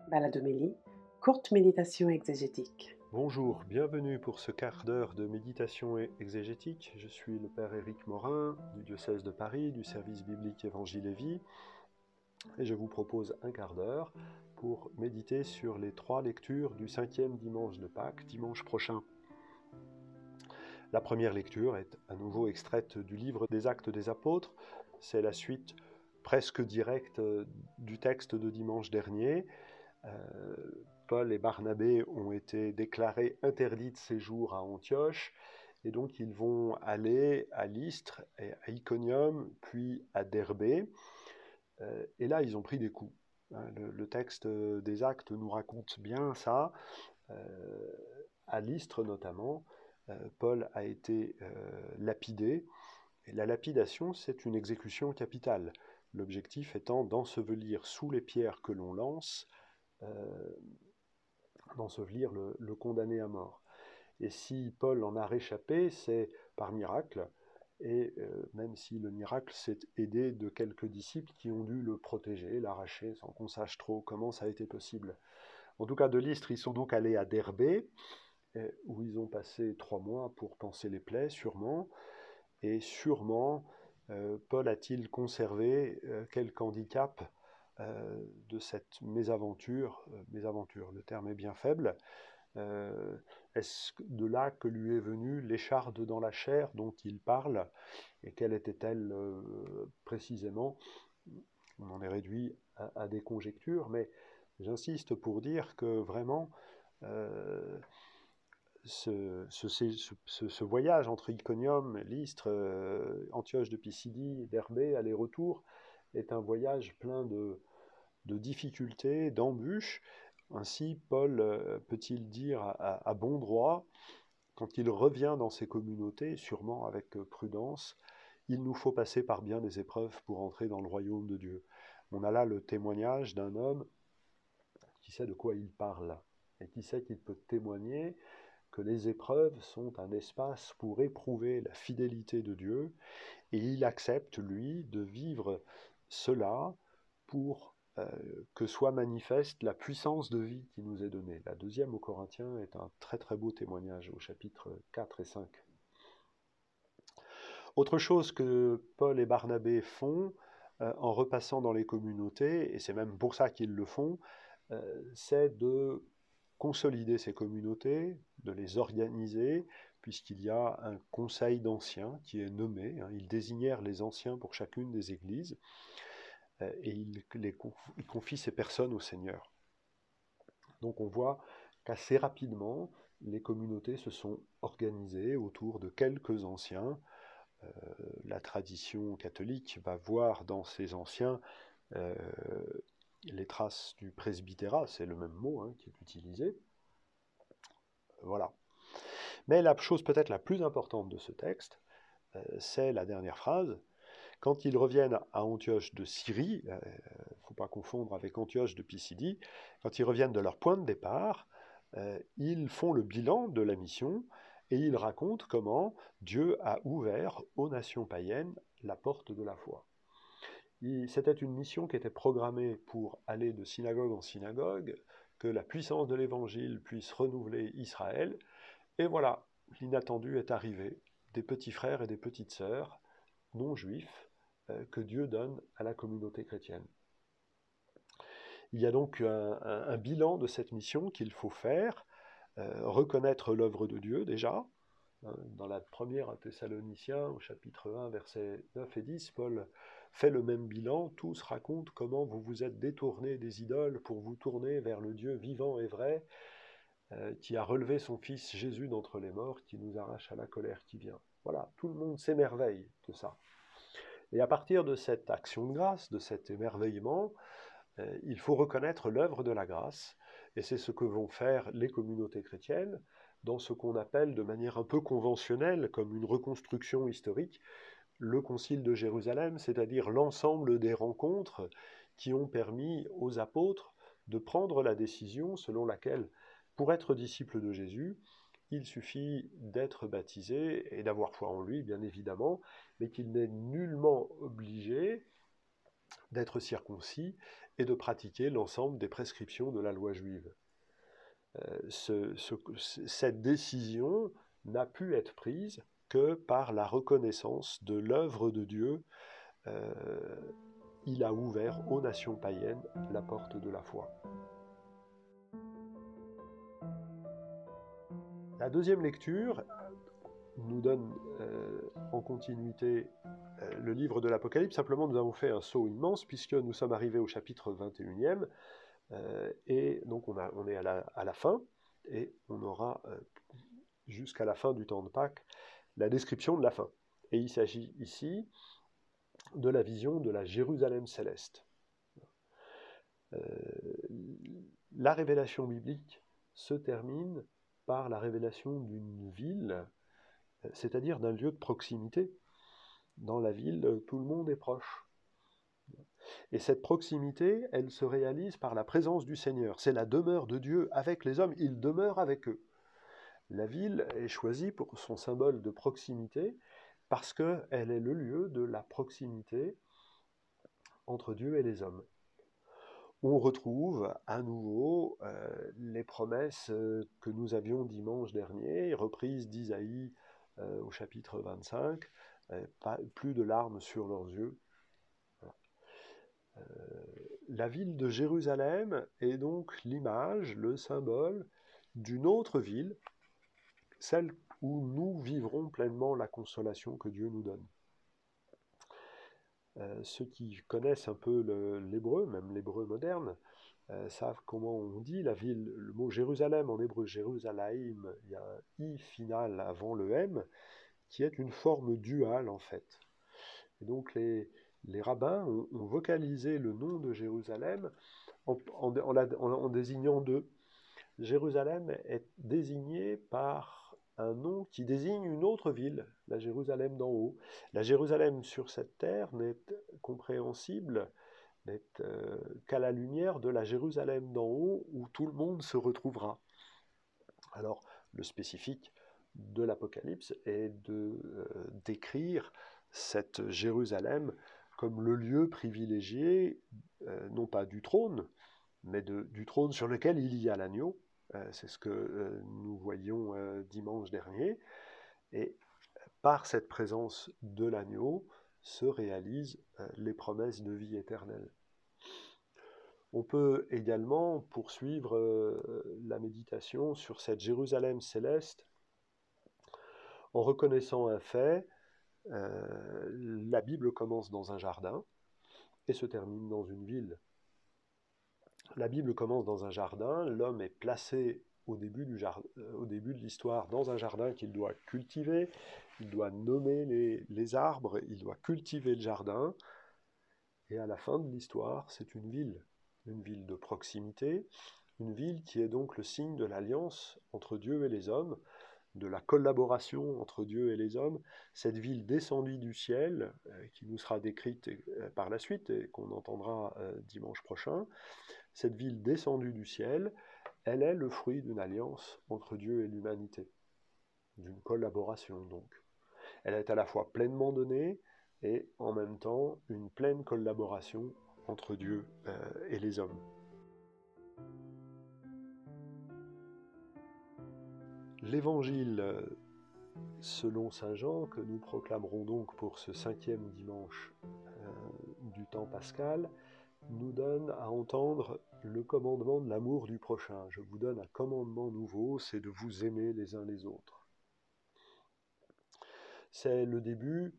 Baladomélie, courte méditation exégétique. Bonjour, bienvenue pour ce quart d'heure de méditation exégétique. Je suis le Père Éric Morin du diocèse de Paris, du service biblique Évangile et Vie, et je vous propose un quart d'heure pour méditer sur les 3 lectures du 5e dimanche de Pâques, dimanche prochain. La première lecture est à nouveau extraite du livre des Actes des Apôtres. C'est la suite presque directe du texte de dimanche dernier. Paul et Barnabé ont été déclarés interdits de séjour à Antioche, et donc ils vont aller à Lystre, à Iconium, puis à Derbé. Et là, ils ont pris des coups. Le texte des Actes nous raconte bien ça. À Lystre notamment, Paul a été lapidé. Et la lapidation, c'est une exécution capitale. L'objectif étant d'ensevelir sous les pierres que l'on lance, d'ensevelir le condamné à mort. Et si Paul en a réchappé, c'est par miracle, et même si le miracle s'est aidé de quelques disciples qui ont dû le protéger, l'arracher, sans qu'on sache trop comment ça a été possible. En tout cas, de Lystre, ils sont donc allés à Derbé, où ils ont passé 3 mois pour panser les plaies, sûrement, et sûrement, Paul a-t-il conservé quelque handicap de cette mésaventure, le terme est bien faible. Est-ce de là que lui est venue l'écharde dans la chair dont il parle, et quelle était-elle précisément? On en est réduit à des conjectures, mais j'insiste pour dire que vraiment, ce voyage entre Iconium, Lystre, Antioche de Pisidie, Derbé, aller-retour, est un voyage plein de difficultés, d'embûches. Ainsi, Paul peut-il dire à bon droit, quand il revient dans ces communautés, sûrement avec prudence, il nous faut passer par bien des épreuves pour entrer dans le royaume de Dieu. On a là le témoignage d'un homme qui sait de quoi il parle et qui sait qu'il peut témoigner que les épreuves sont un espace pour éprouver la fidélité de Dieu, et il accepte, lui, de vivre cela pour que soit manifeste la puissance de vie qui nous est donnée. La deuxième aux Corinthiens est un très très beau témoignage au chapitre 4 et 5. Autre chose que Paul et Barnabé font en repassant dans les communautés, et c'est même pour ça qu'ils le font, c'est de consolider ces communautés, de les organiser, puisqu'il y a un conseil d'anciens qui est nommé. Ils désignèrent les anciens pour chacune des églises, et ils confient ces personnes au Seigneur. Donc on voit qu'assez rapidement, les communautés se sont organisées autour de quelques anciens. La tradition catholique va voir dans ces anciens les traces du presbytérat, c'est le même mot qui est utilisé. Voilà. Mais la chose peut-être la plus importante de ce texte, c'est la dernière phrase. Quand ils reviennent à Antioche de Syrie, il ne faut pas confondre avec Antioche de Pisidie, quand ils reviennent de leur point de départ, ils font le bilan de la mission et ils racontent comment Dieu a ouvert aux nations païennes la porte de la foi. C'était une mission qui était programmée pour aller de synagogue en synagogue, que la puissance de l'Évangile puisse renouveler Israël. Et voilà, l'inattendu est arrivé, des petits frères et des petites sœurs non juifs que Dieu donne à la communauté chrétienne. Il y a donc un bilan de cette mission qu'il faut faire, reconnaître l'œuvre de Dieu déjà. Dans la première à Thessaloniciens, au chapitre 1, versets 9 et 10, Paul fait le même bilan. Tous racontent comment vous vous êtes détournés des idoles pour vous tourner vers le Dieu vivant et vrai, qui a relevé son Fils Jésus d'entre les morts, qui nous arrache à la colère qui vient. Voilà, tout le monde s'émerveille de ça. Et à partir de cette action de grâce, de cet émerveillement, il faut reconnaître l'œuvre de la grâce, et c'est ce que vont faire les communautés chrétiennes dans ce qu'on appelle de manière un peu conventionnelle, comme une reconstruction historique, le Concile de Jérusalem, c'est-à-dire l'ensemble des rencontres qui ont permis aux apôtres de prendre la décision selon laquelle, pour être disciple de Jésus, il suffit d'être baptisé et d'avoir foi en lui, bien évidemment, mais qu'il n'est nullement obligé d'être circoncis et de pratiquer l'ensemble des prescriptions de la loi juive. Cette décision n'a pu être prise que par la reconnaissance de l'œuvre de Dieu. Il a ouvert aux nations païennes la porte de la foi. La deuxième lecture nous donne en continuité le livre de l'Apocalypse. Simplement, nous avons fait un saut immense puisque nous sommes arrivés au chapitre 21e et donc on est à la fin et on aura jusqu'à la fin du temps de Pâques la description de la fin. Et il s'agit ici de la vision de la Jérusalem céleste. La révélation biblique se termine par la révélation d'une ville, c'est-à-dire d'un lieu de proximité. Dans la ville, tout le monde est proche. Et cette proximité, elle se réalise par la présence du Seigneur. C'est la demeure de Dieu avec les hommes, il demeure avec eux. La ville est choisie pour son symbole de proximité parce qu'elle est le lieu de la proximité entre Dieu et les hommes. On retrouve à nouveau les promesses que nous avions dimanche dernier, reprises d'Isaïe au chapitre 25, plus de larmes sur leurs yeux. La ville de Jérusalem est donc l'image, le symbole d'une autre ville, celle où nous vivrons pleinement la consolation que Dieu nous donne. Ceux qui connaissent un peu l'hébreu, même l'hébreu moderne, savent comment on dit la ville. Le mot Jérusalem en hébreu, Jérusalem, il y a un i final avant le m, qui est une forme duale en fait. Et donc les rabbins ont vocalisé le nom de Jérusalem en désignant deux. Jérusalem est désigné par un nom qui désigne une autre ville, la Jérusalem d'en haut. La Jérusalem sur cette terre n'est compréhensible qu'à la lumière de la Jérusalem d'en haut où tout le monde se retrouvera. Alors, le spécifique de l'Apocalypse est de décrire cette Jérusalem comme le lieu privilégié, non pas du trône, mais du trône sur lequel il y a l'agneau. C'est ce que nous voyions dimanche dernier. Et par cette présence de l'agneau se réalisent les promesses de vie éternelle. On peut également poursuivre la méditation sur cette Jérusalem céleste en reconnaissant un fait. La Bible commence dans un jardin et se termine dans une ville. La Bible commence dans un jardin, l'homme est placé au début de l'histoire dans un jardin qu'il doit cultiver, il doit nommer les arbres, il doit cultiver le jardin, et à la fin de l'histoire, c'est une ville de proximité, une ville qui est donc le signe de l'alliance entre Dieu et les hommes, de la collaboration entre Dieu et les hommes, cette ville descendue du ciel, qui nous sera décrite par la suite et qu'on entendra dimanche prochain, cette ville descendue du ciel, elle est le fruit d'une alliance entre Dieu et l'humanité, d'une collaboration donc. Elle est à la fois pleinement donnée et en même temps une pleine collaboration entre Dieu et les hommes. L'évangile selon saint Jean, que nous proclamerons donc pour ce 5e dimanche du temps pascal, nous donne à entendre le commandement de l'amour du prochain. Je vous donne un commandement nouveau, c'est de vous aimer les uns les autres. C'est le début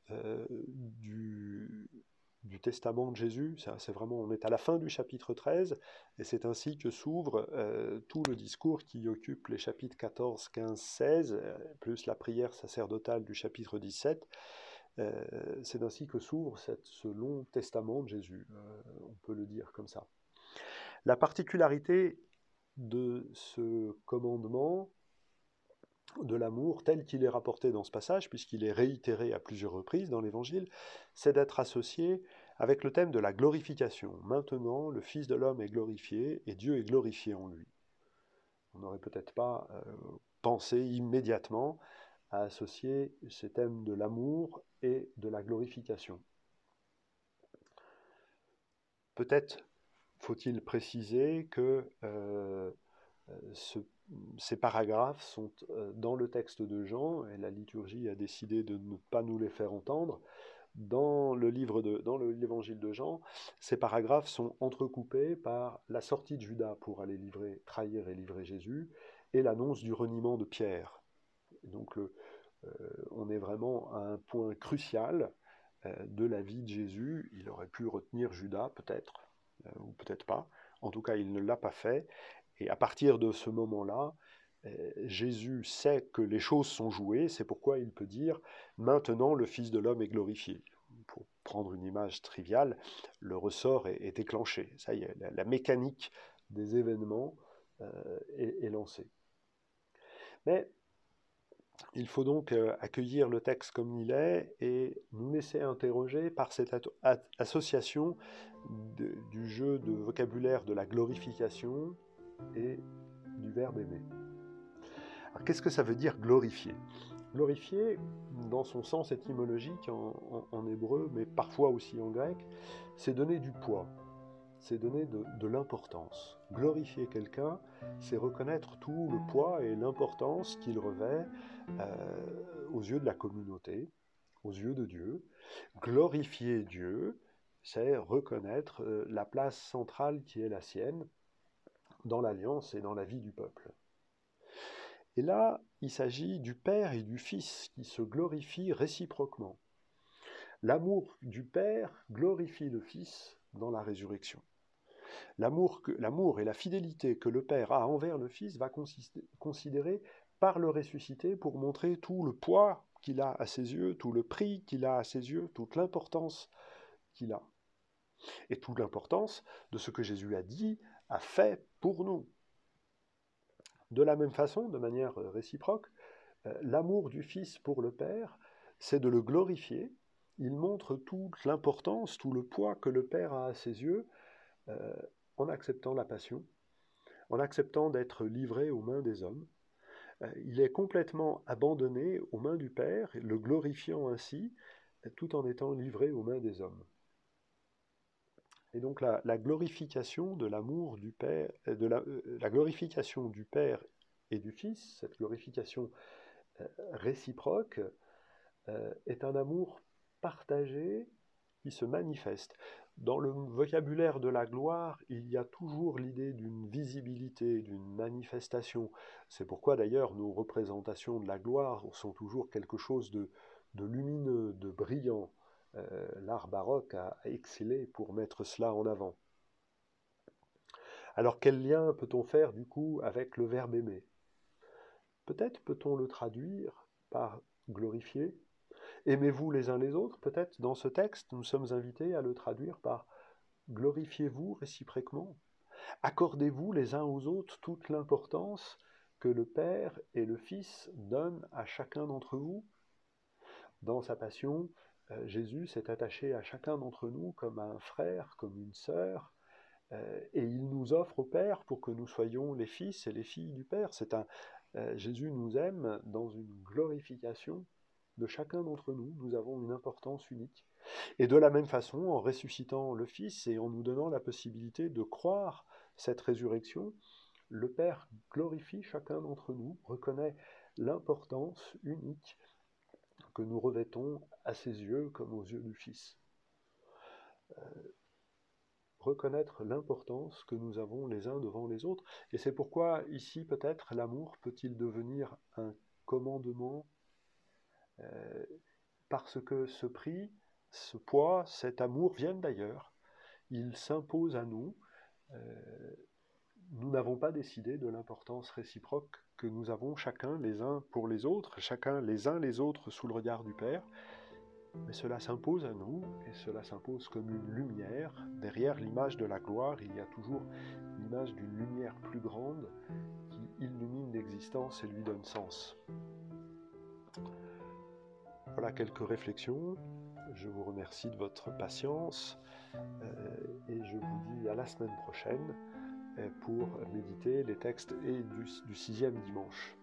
du testament de Jésus. C'est vraiment, on est à la fin du chapitre 13, et c'est ainsi que s'ouvre tout le discours qui occupe les chapitres 14, 15, 16, plus la prière sacerdotale du chapitre 17. C'est ainsi que s'ouvre ce long testament de Jésus, on peut le dire comme ça. La particularité de ce commandement de l'amour tel qu'il est rapporté dans ce passage, puisqu'il est réitéré à plusieurs reprises dans l'Évangile, c'est d'être associé avec le thème de la glorification. Maintenant, le Fils de l'homme est glorifié et Dieu est glorifié en lui. On n'aurait peut-être pas pensé immédiatement à associer ces thèmes de l'amour et de la glorification. Peut-être faut-il préciser que ces paragraphes sont dans le texte de Jean, et la liturgie a décidé de ne pas nous les faire entendre. Dans l'évangile de Jean, ces paragraphes sont entrecoupés par la sortie de Judas pour aller trahir et livrer Jésus, et l'annonce du reniement de Pierre. Et donc on est vraiment à un point crucial de la vie de Jésus. Il aurait pu retenir Judas, peut-être, ou peut-être pas. En tout cas, il ne l'a pas fait. Et à partir de ce moment-là, Jésus sait que les choses sont jouées, c'est pourquoi il peut dire « Maintenant, le Fils de l'homme est glorifié ». Pour prendre une image triviale, le ressort est déclenché. Ça y est, la mécanique des événements est lancée. Mais il faut donc accueillir le texte comme il est et nous laisser interroger par cette association du jeu de vocabulaire de la glorification et du verbe aimer. Alors, qu'est-ce que ça veut dire glorifier ? Glorifier, dans son sens étymologique en hébreu, mais parfois aussi en grec, c'est donner du poids, c'est donner de l'importance. Glorifier quelqu'un, c'est reconnaître tout le poids et l'importance qu'il revêt aux yeux de la communauté, aux yeux de Dieu. Glorifier Dieu, c'est reconnaître la place centrale qui est la sienne dans l'alliance et dans la vie du peuple. Et là, il s'agit du Père et du Fils qui se glorifient réciproquement. L'amour du Père glorifie le Fils dans la résurrection. L'amour et la fidélité que le Père a envers le Fils va considérer par le ressuscité pour montrer tout le poids qu'il a à ses yeux, tout le prix qu'il a à ses yeux, toute l'importance qu'il a. Et toute l'importance de ce que Jésus a dit, a fait pour nous. De la même façon, de manière réciproque, l'amour du Fils pour le Père, c'est de le glorifier. Il montre toute l'importance, tout le poids que le Père a à ses yeux en acceptant la passion, en acceptant d'être livré aux mains des hommes. Il est complètement abandonné aux mains du Père, le glorifiant ainsi, tout en étant livré aux mains des hommes. Et donc la glorification de l'amour du Père, la glorification du Père et du Fils, cette glorification réciproque, est un amour partagé qui se manifeste. Dans le vocabulaire de la gloire, il y a toujours l'idée d'une visibilité, d'une manifestation. C'est pourquoi d'ailleurs nos représentations de la gloire sont toujours quelque chose de lumineux, de brillant. L'art baroque a excellé pour mettre cela en avant. Alors quel lien peut-on faire du coup avec le verbe aimer ? Peut-être peut-on le traduire par glorifier. Aimez-vous les uns les autres, peut-être dans ce texte, nous sommes invités à le traduire par glorifiez-vous réciproquement. Accordez-vous les uns aux autres toute l'importance que le Père et le Fils donnent à chacun d'entre vous. Dans sa passion, Jésus s'est attaché à chacun d'entre nous comme à un frère, comme une sœur, et il nous offre au Père pour que nous soyons les fils et les filles du Père. Jésus nous aime dans une glorification de chacun d'entre nous. Nous avons une importance unique. Et de la même façon, en ressuscitant le Fils et en nous donnant la possibilité de croire cette résurrection, le Père glorifie chacun d'entre nous, reconnaît l'importance unique que nous revêtons à ses yeux comme aux yeux du Fils. Reconnaître l'importance que nous avons les uns devant les autres. Et c'est pourquoi ici peut-être l'amour peut-il devenir un commandement parce que ce prix, ce poids, cet amour viennent d'ailleurs. Il s'impose à nous. Nous n'avons pas décidé de l'importance réciproque que nous avons chacun les uns pour les autres, chacun les uns les autres sous le regard du Père. Mais cela s'impose à nous, et cela s'impose comme une lumière. Derrière l'image de la gloire, il y a toujours l'image d'une lumière plus grande qui illumine l'existence et lui donne sens. Voilà quelques réflexions. Je vous remercie de votre patience et je vous dis à la semaine prochaine pour méditer les textes et du 6e dimanche.